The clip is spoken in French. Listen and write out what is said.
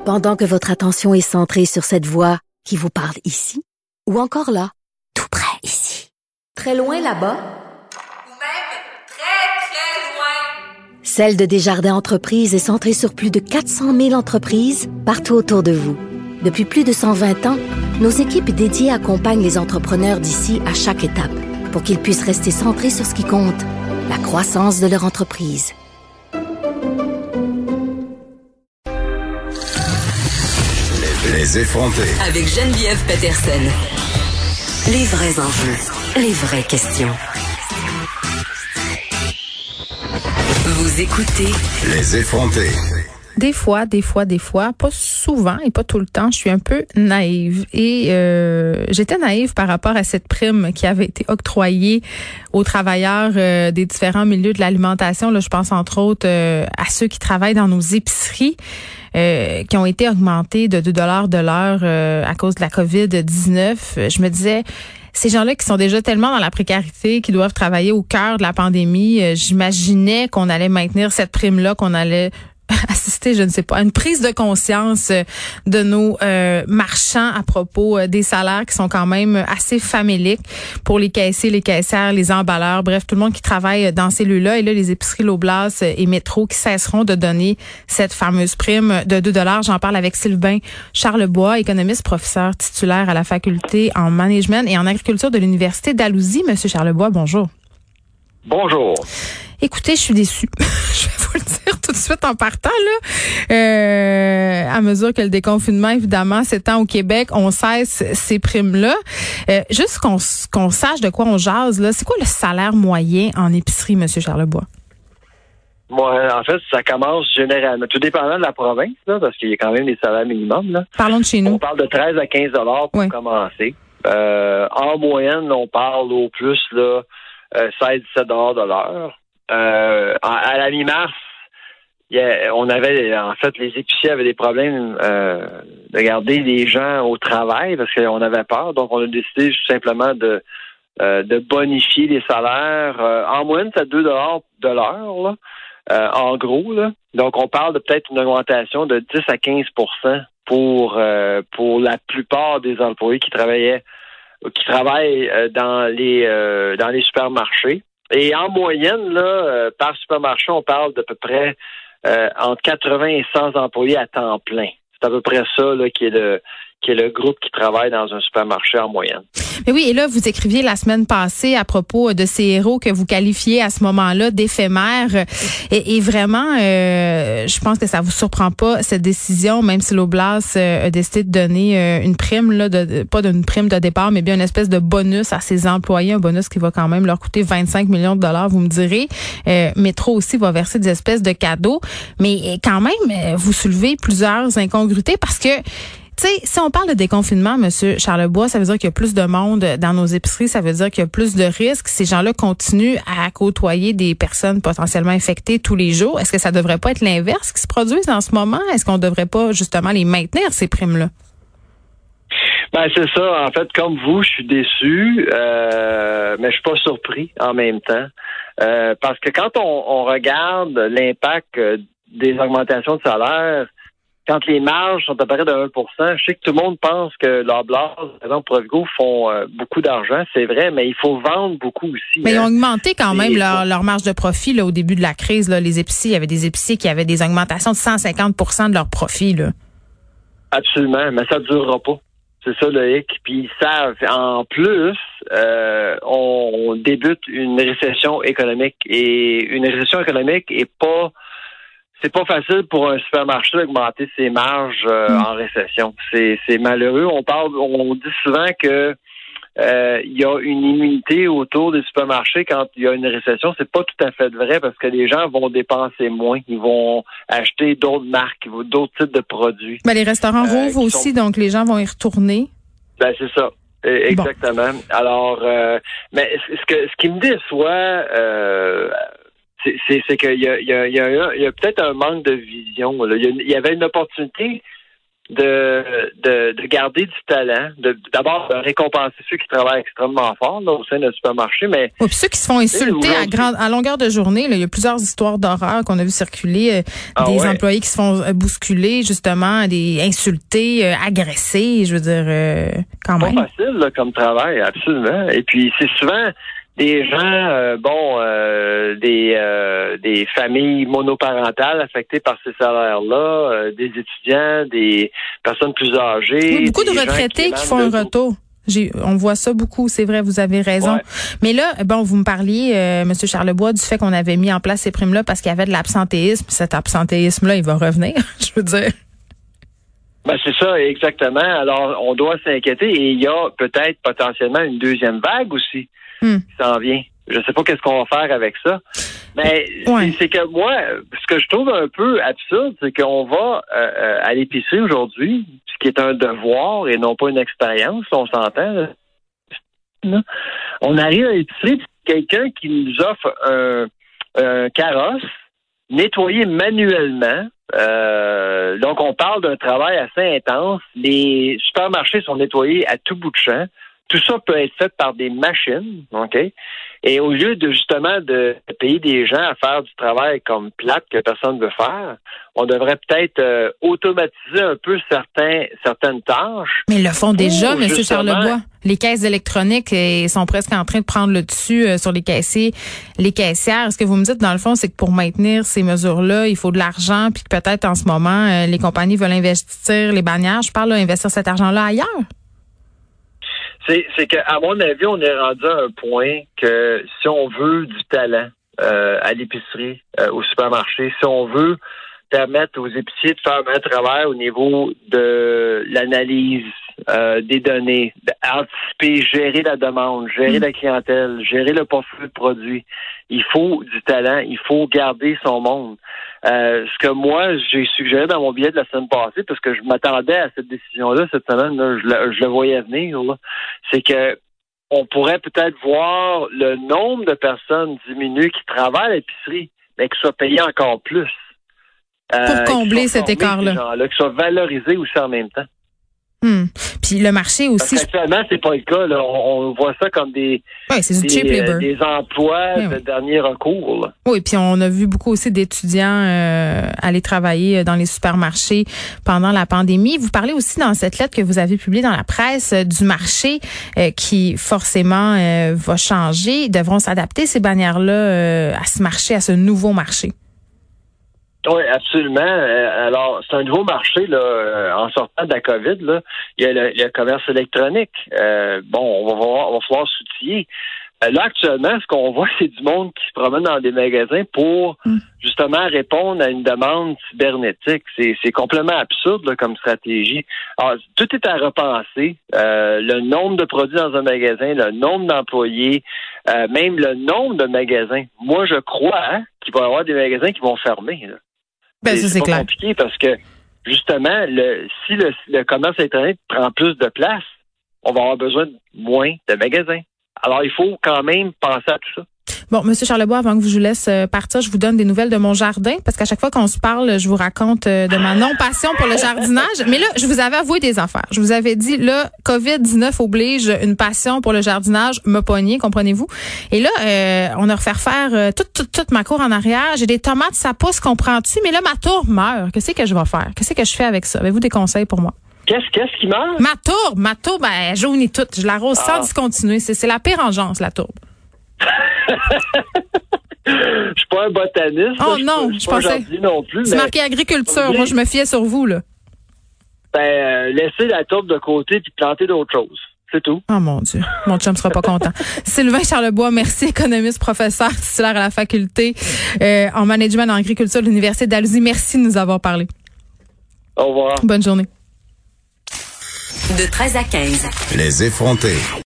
Pendant que votre attention est centrée sur cette voix qui vous parle ici, ou encore là, tout près ici, très loin là-bas, ou même très, très loin. Celle de Desjardins Entreprises est centrée sur plus de 400 000 entreprises partout autour de vous. Depuis plus de 120 ans, nos équipes dédiées accompagnent les entrepreneurs d'ici à chaque étape pour qu'ils puissent rester centrés sur ce qui compte, la croissance de leur entreprise. Les effronter. Avec Geneviève Peterson. Les vrais enjeux, les vraies questions. Vous écoutez Les effronter. Des fois, pas souvent et pas tout le temps, je suis un peu naïve. Et j'étais naïve par rapport à cette prime qui avait été octroyée aux travailleurs des différents milieux de l'alimentation. Là, je pense entre autres à ceux qui travaillent dans nos épiceries. Qui ont été augmentés de 2 $ de l'heure à cause de la COVID-19. Je me disais, ces gens-là qui sont déjà tellement dans la précarité, qui doivent travailler au cœur de la pandémie, j'imaginais qu'on allait maintenir cette prime-là, qu'on allait assister, je ne sais pas, à une prise de conscience de nos marchands à propos des salaires qui sont quand même assez faméliques pour les caissiers, les caissières, les emballeurs, bref, tout le monde qui travaille dans ces lieux-là. Et là, les épiceries Loblaws et Métro qui cesseront de donner cette fameuse prime de 2 $. J'en parle avec Sylvain Charlebois, économiste, professeur titulaire à la faculté en management et en agriculture de l'Université d'Alousie. Monsieur Charlebois, bonjour. Bonjour. Écoutez, je suis déçue. Je vais vous le dire tout de suite en partant, là. À mesure que le déconfinement, évidemment, s'étend au Québec, on cesse ces primes-là. Juste qu'on sache de quoi on jase, là. C'est quoi le salaire moyen en épicerie, M. Charlebois? Moi, en fait, ça commence généralement, tout dépendant de la province, là, parce qu'il y a quand même des salaires minimums, là. Parlons de chez nous. On parle de 13 à 15 $ pour commencer. En moyenne, on parle au plus, là, 16-17 $ de l'heure. À la mi-mars, on avait, en fait, les épiciers avaient des problèmes de garder les gens au travail parce qu'on avait peur. Donc, on a décidé tout simplement de bonifier les salaires. En moyenne, c'est 2 $ de l'heure, là, en gros. Là. Donc, on parle de peut-être une augmentation de 10 à 15 % pour la plupart des employés qui travaillent dans les supermarchés. Et en moyenne, là, par supermarché, on parle d'à peu près entre 80 et 100 employés à temps plein. C'est à peu près ça là, qui est le groupe qui travaille dans un supermarché en moyenne. Mais oui, et là, vous écriviez la semaine passée à propos de ces héros que vous qualifiez à ce moment-là d'éphémères. Et vraiment, je pense que ça vous surprend pas, cette décision, même si Loblaws a décidé de donner une prime, là, pas d'une prime de départ, mais bien une espèce de bonus à ses employés, un bonus qui va quand même leur coûter 25 millions de $, vous me direz. Métro aussi va verser des espèces de cadeaux. Mais quand même, vous soulevez plusieurs incongruités parce que tu sais, si on parle de déconfinement, M. Charlebois, ça veut dire qu'il y a plus de monde dans nos épiceries, ça veut dire qu'il y a plus de risques. Ces gens-là continuent à côtoyer des personnes potentiellement infectées tous les jours. Est-ce que ça devrait pas être l'inverse qui se produise en ce moment? Est-ce qu'on devrait pas justement les maintenir, ces primes-là? Ben c'est ça. En fait, comme vous, je suis déçu, mais je suis pas surpris en même temps. Parce que quand on regarde l'impact des augmentations de salaire, quand les marges sont à peu près de 1 %, je sais que tout le monde pense que Loblaws, par exemple, Provigo font beaucoup d'argent, c'est vrai, mais il faut vendre beaucoup aussi. Mais ils ont augmenté quand même leur marge de profit là, au début de la crise. Là, les épiciers, il y avait des épiciers qui avaient des augmentations de 150 % de leur profit. Là. Absolument, mais ça ne durera pas. C'est ça le hic. Puis ils savent. En plus, on débute une récession économique. Et une récession économique c'est pas facile pour un supermarché d'augmenter ses marges en récession. C'est malheureux. On dit souvent que il y a une immunité autour des supermarchés quand il y a une récession. C'est pas tout à fait vrai parce que les gens vont dépenser moins. Ils vont acheter d'autres marques, d'autres types de produits. Ben, les restaurants rouvrent aussi, donc les gens vont y retourner. Ben, c'est ça. Exactement. Bon. Alors, mais ce qui me déçoit, c'est qu'il y a peut-être un manque de vision. Là. Il y avait une opportunité de garder du talent, d'abord de récompenser ceux qui travaillent extrêmement fort là, au sein d'un supermarché, mais puis ceux qui se font insulter à longueur de journée, là, il y a plusieurs histoires d'horreur qu'on a vu circuler, des employés qui se font bousculer, justement, des insultés, agressés, je veux dire, quand même. Pas facile là, comme travail, absolument. Et puis c'est souvent des gens, des familles monoparentales affectées par ces salaires-là, des étudiants, des personnes plus âgées. Oui, beaucoup de retraités qui font un retour. On voit ça beaucoup, c'est vrai, vous avez raison. Ouais. Mais là, vous me parliez, M. Charlebois, du fait qu'on avait mis en place ces primes-là parce qu'il y avait de l'absentéisme. Cet absentéisme-là, il va revenir, je veux dire. Ben c'est ça, exactement. Alors, on doit s'inquiéter et il y a peut-être potentiellement une deuxième vague aussi qui s'en vient. Je ne sais pas qu'est-ce qu'on va faire avec ça. Mais c'est que moi, ce que je trouve un peu absurde, c'est qu'on va à l'épicerie aujourd'hui, ce qui est un devoir et non pas une expérience, on s'entend. Là. On arrive à l'épicerie, quelqu'un qui nous offre un carrosse nettoyé manuellement. Donc, on parle d'un travail assez intense. Les supermarchés sont nettoyés à tout bout de champ. Tout ça peut être fait par des machines, OK? Et au lieu de justement de payer des gens à faire du travail comme plate que personne ne veut faire, on devrait peut-être automatiser un peu certaines tâches. Mais ils le font déjà, M. Charlebois. Les caisses électroniques sont presque en train de prendre le dessus sur les caissiers, les caissières. Ce que vous me dites, dans le fond, c'est que pour maintenir ces mesures-là, il faut de l'argent, puis que peut-être en ce moment, les compagnies veulent investir les bannières. Je parle là, investir cet argent-là ailleurs. C'est qu'à mon avis, on est rendu à un point que si on veut du talent à l'épicerie, au supermarché, si on veut permettre aux épiciers de faire un travail au niveau de l'analyse des données, d'anticiper, gérer la demande, gérer la clientèle, gérer le portefeuille de produits. Il faut du talent, il faut garder son monde. Ce que moi, j'ai suggéré dans mon billet de la semaine passée, parce que je m'attendais à cette décision-là cette semaine, là, je le voyais venir, là, c'est que on pourrait peut-être voir le nombre de personnes diminuer qui travaillent à l'épicerie, mais qui soient payées encore plus. Pour combler cet écart-là. Qui soient valorisés aussi en même temps. Puis le marché aussi. Parce qu'actuellement, c'est pas le cas. Là. On voit ça comme des emplois de dernier recours. Là. Oui, puis on a vu beaucoup aussi d'étudiants aller travailler dans les supermarchés pendant la pandémie. Vous parlez aussi dans cette lettre que vous avez publiée dans la presse du marché qui forcément va changer. Ils devront s'adapter, ces bannières-là, à ce marché, à ce nouveau marché. Oui, absolument. Alors, c'est un nouveau marché là. En sortant de la COVID, là, il y a le commerce électronique. On va falloir s'outiller. Là, actuellement, ce qu'on voit, c'est du monde qui se promène dans des magasins pour justement répondre à une demande cybernétique. C'est complètement absurde là, comme stratégie. Alors, tout est à repenser. Le nombre de produits dans un magasin, le nombre d'employés, même le nombre de magasins. Moi, je crois qu'il va y avoir des magasins qui vont fermer. Là. C'est pas clair. Compliqué parce que, justement, si le commerce électronique prend plus de place, on va avoir besoin de moins de magasins. Alors, il faut quand même penser à tout ça. Bon, M. Charlebois, avant que je vous laisse partir, je vous donne des nouvelles de mon jardin, parce qu'à chaque fois qu'on se parle, je vous raconte de ma non-passion pour le jardinage. Mais là, je vous avais avoué des affaires. Je vous avais dit, là, COVID-19 oblige une passion pour le jardinage, me pogner, comprenez-vous? Et là, on a refait refaire toute ma cour en arrière. J'ai des tomates, ça pousse, comprends-tu? Mais là, ma tourbe meurt. Qu'est-ce que je vais faire? Qu'est-ce que je fais avec ça? Avez-vous des conseils pour moi? Qu'est-ce qui meurt? Ma tourbe, elle jaunit toute. Je l'arrose sans discontinuer. C'est la pire engeance, la tourbe. Je suis pas un botaniste. Oh non, je pensais. Non plus, c'est marqué agriculture. Moi, je me fiais sur vous, là. Laissez la tourbe de côté puis planter d'autres choses. C'est tout. Oh mon Dieu. Mon chum sera pas content. Sylvain Charlebois, merci, économiste, professeur titulaire à la faculté en management en agriculture de l'Université d'Alousie. Merci de nous avoir parlé. Au revoir. Bonne journée. De 13 à 15. Les effrontés.